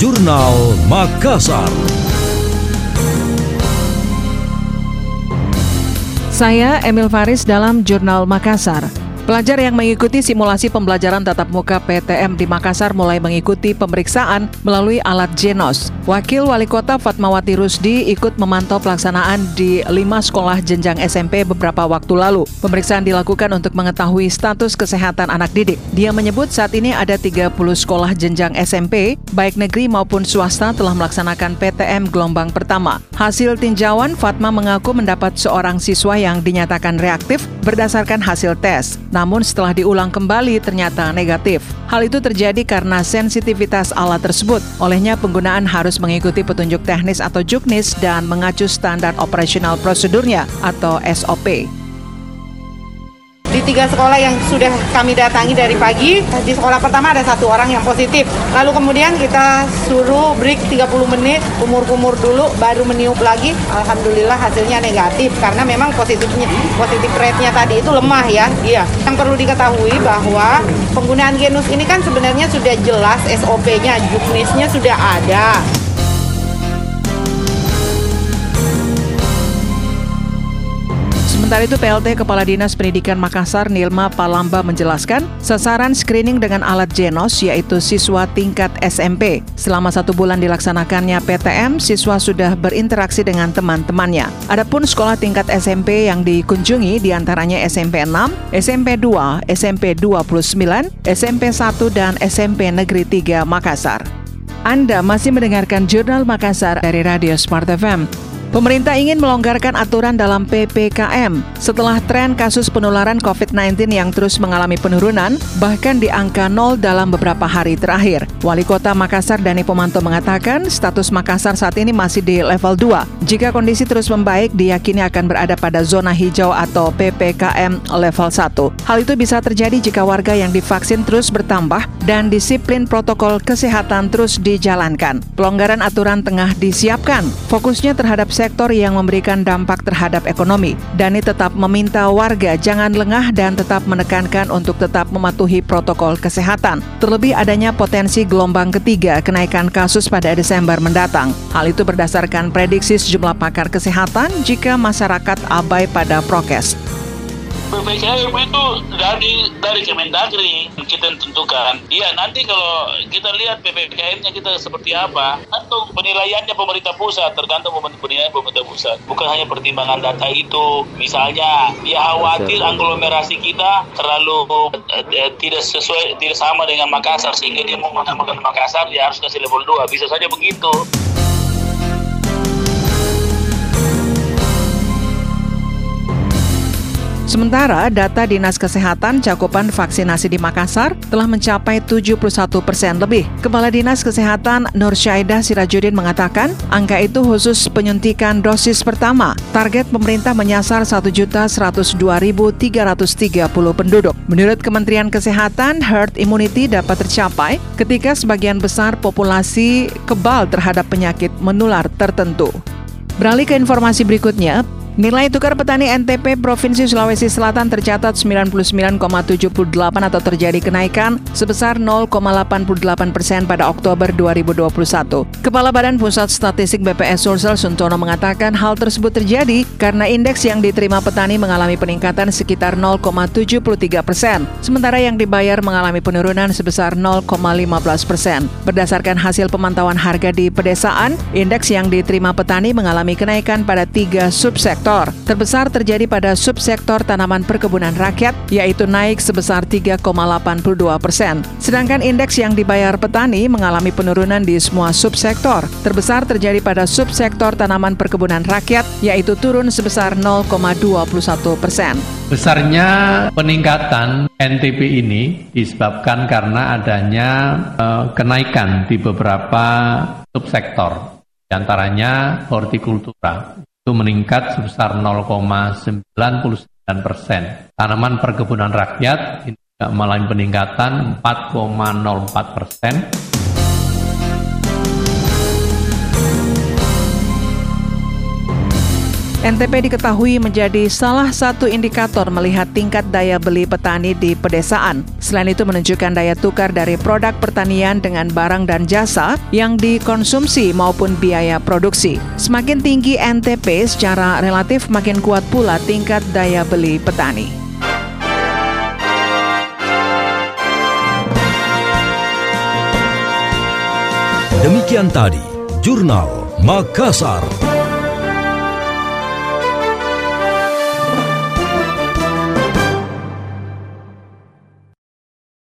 Jurnal Makassar. Saya Emil Faris dalam Jurnal Makassar. Pelajar yang mengikuti simulasi pembelajaran tatap muka PTM di Makassar mulai mengikuti pemeriksaan melalui alat Genos. Wakil Wali Kota Fatmawati Rusdi ikut memantau pelaksanaan di 5 sekolah jenjang SMP beberapa waktu lalu. Pemeriksaan dilakukan untuk mengetahui status kesehatan anak didik. Dia menyebut saat ini ada 30 sekolah jenjang SMP, baik negeri maupun swasta telah melaksanakan PTM gelombang pertama. Hasil tinjauan, Fatma mengaku mendapat seorang siswa yang dinyatakan reaktif berdasarkan hasil tes. Namun setelah diulang kembali ternyata negatif. Hal itu terjadi karena sensitivitas alat tersebut. Olehnya penggunaan harus mengikuti petunjuk teknis atau juknis dan mengacu standar operasional prosedurnya atau SOP. Di 3 sekolah yang sudah kami datangi dari pagi, di sekolah pertama ada 1 orang yang positif. Lalu kemudian kita suruh break 30 menit, kumur-kumur dulu, baru meniup lagi. Alhamdulillah hasilnya negatif, karena memang positif rate-nya tadi itu lemah ya. Iya. Yang perlu diketahui bahwa penggunaan Genos ini kan sebenarnya sudah jelas SOP-nya, juknisnya sudah ada. Sementara itu, PLT Kepala Dinas Pendidikan Makassar Nilma Palamba menjelaskan sasaran screening dengan alat Genos yaitu siswa tingkat SMP. Selama 1 bulan dilaksanakannya PTM, siswa sudah berinteraksi dengan teman-temannya. Adapun sekolah tingkat SMP yang dikunjungi diantaranya SMP 6, SMP 2, SMP 29, SMP 1, dan SMP Negeri 3 Makassar. Anda masih mendengarkan Jurnal Makassar dari Radio Smart FM. Pemerintah ingin melonggarkan aturan dalam PPKM setelah tren kasus penularan COVID-19 yang terus mengalami penurunan, bahkan di angka 0 dalam beberapa hari terakhir. Wali Kota Makassar Dani Pomanto mengatakan status Makassar saat ini masih di level 2. Jika kondisi terus membaik, diyakini akan berada pada zona hijau atau PPKM level 1. Hal itu bisa terjadi jika warga yang divaksin terus bertambah dan disiplin protokol kesehatan terus dijalankan. Pelonggaran aturan tengah disiapkan, fokusnya terhadap sektor yang memberikan dampak terhadap ekonomi. Dani tetap meminta warga jangan lengah dan tetap menekankan untuk tetap mematuhi protokol kesehatan. Terlebih adanya potensi gelombang ketiga kenaikan kasus pada Desember mendatang. Hal itu berdasarkan prediksi sejumlah pakar kesehatan jika masyarakat abai pada prokes. PPKM itu dari Kemendagri kita tentukan. Iya, nanti kalau kita lihat PPKM-nya kita seperti apa, atau penilaiannya pemerintah pusat, tergantung penilaian pemerintah pusat. Bukan hanya pertimbangan data itu. Misalnya, dia khawatir aglomerasi kita terlalu tidak sama dengan Makassar, sehingga dia mau menambahkan Makassar, dia harus kasih level 2. Bisa saja begitu. Sementara data Dinas Kesehatan cakupan vaksinasi di Makassar telah mencapai 71% lebih. Kepala Dinas Kesehatan Nur Syaidah Sirajuddin mengatakan angka itu khusus penyuntikan dosis pertama. Target pemerintah menyasar 1.102.330 penduduk. Menurut Kementerian Kesehatan, herd immunity dapat tercapai ketika sebagian besar populasi kebal terhadap penyakit menular tertentu. Beralih ke informasi berikutnya. Nilai tukar petani NTP Provinsi Sulawesi Selatan tercatat 99,78 atau terjadi kenaikan sebesar 0,88% pada Oktober 2021. Kepala Badan Pusat Statistik BPS Sulsel Suntono mengatakan hal tersebut terjadi karena indeks yang diterima petani mengalami peningkatan sekitar 0,73%, sementara yang dibayar mengalami penurunan sebesar 0,15%. Berdasarkan hasil pemantauan harga di pedesaan, indeks yang diterima petani mengalami kenaikan pada 3 subsektor. Terbesar terjadi pada subsektor tanaman perkebunan rakyat, yaitu naik sebesar 3,82%. Sedangkan indeks yang dibayar petani mengalami penurunan di semua subsektor. Terbesar terjadi pada subsektor tanaman perkebunan rakyat, yaitu turun sebesar 0,21%. Besarnya peningkatan NTP ini disebabkan karena adanya kenaikan di beberapa subsektor, di antaranya hortikultura. Itu meningkat sebesar 0,99%. Tanaman perkebunan rakyat ini juga mengalami peningkatan 4,04%. NTP diketahui menjadi salah satu indikator melihat tingkat daya beli petani di pedesaan. Selain itu menunjukkan daya tukar dari produk pertanian dengan barang dan jasa yang dikonsumsi maupun biaya produksi. Semakin tinggi NTP, secara relatif makin kuat pula tingkat daya beli petani. Demikian tadi Jurnal Makassar.